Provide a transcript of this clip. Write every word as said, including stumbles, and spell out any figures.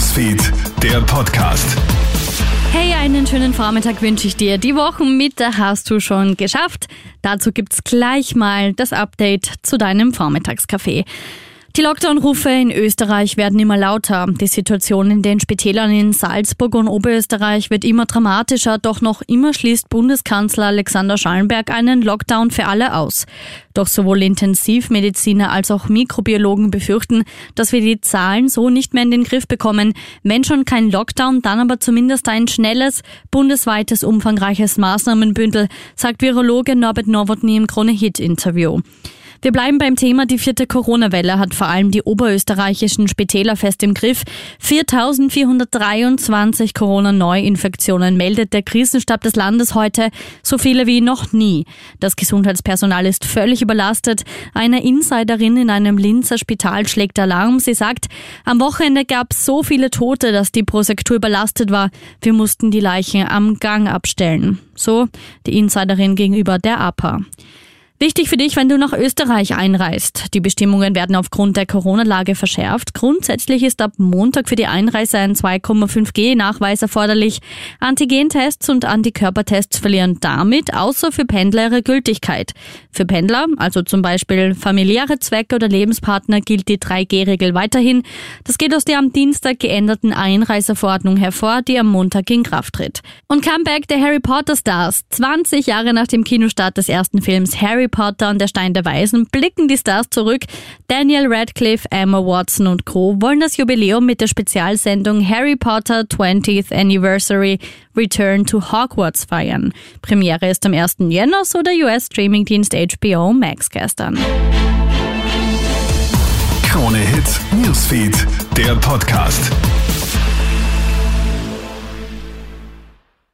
Newsfeed, der Podcast. Hey, einen schönen Vormittag wünsche ich dir. Die Wochenmitte hast du schon geschafft. Dazu gibt's gleich mal das Update zu deinem Vormittagskaffee. Die Lockdown-Rufe in Österreich werden immer lauter. Die Situation in den Spitälern in Salzburg und Oberösterreich wird immer dramatischer, doch noch immer schließt Bundeskanzler Alexander Schallenberg einen Lockdown für alle aus. Doch sowohl Intensivmediziner als auch Mikrobiologen befürchten, dass wir die Zahlen so nicht mehr in den Griff bekommen. Wenn schon kein Lockdown, dann aber zumindest ein schnelles, bundesweites, umfangreiches Maßnahmenbündel, sagt Virologe Norbert Nowotny im Krone-Hit-Interview. Wir bleiben beim Thema. Die vierte Corona-Welle hat vor allem die oberösterreichischen Spitäler fest im Griff. viertausendvierhundertdreiundzwanzig Corona-Neuinfektionen meldet der Krisenstab des Landes heute, so viele wie noch nie. Das Gesundheitspersonal ist völlig überlastet. Eine Insiderin in einem Linzer Spital schlägt Alarm. Sie sagt, am Wochenende gab es so viele Tote, dass die Prosektur überlastet war. Wir mussten die Leichen am Gang abstellen. So die Insiderin gegenüber der A P A. Wichtig für dich, wenn du nach Österreich einreist. Die Bestimmungen werden aufgrund der Corona-Lage verschärft. Grundsätzlich ist ab Montag für die Einreise ein zwei Komma fünf G Nachweis erforderlich. Antigentests und Antikörpertests verlieren damit außer für Pendler ihre Gültigkeit. Für Pendler, also zum Beispiel familiäre Zwecke oder Lebenspartner, gilt die drei G Regel weiterhin. Das geht aus der am Dienstag geänderten Einreiseverordnung hervor, die am Montag in Kraft tritt. Und Comeback der Harry Potter Stars. zwanzig Jahre nach dem Kinostart des ersten Films Harry Potter und der Stein der Weisen blicken die Stars zurück. Daniel Radcliffe, Emma Watson und Co. wollen das Jubiläum mit der Spezialsendung Harry Potter twentieth Anniversary Return to Hogwarts feiern. Premiere ist am ersten Jänner, so der U S-Streamingdienst H B O Max gestern. Krone Hit Newsfeed, der Podcast.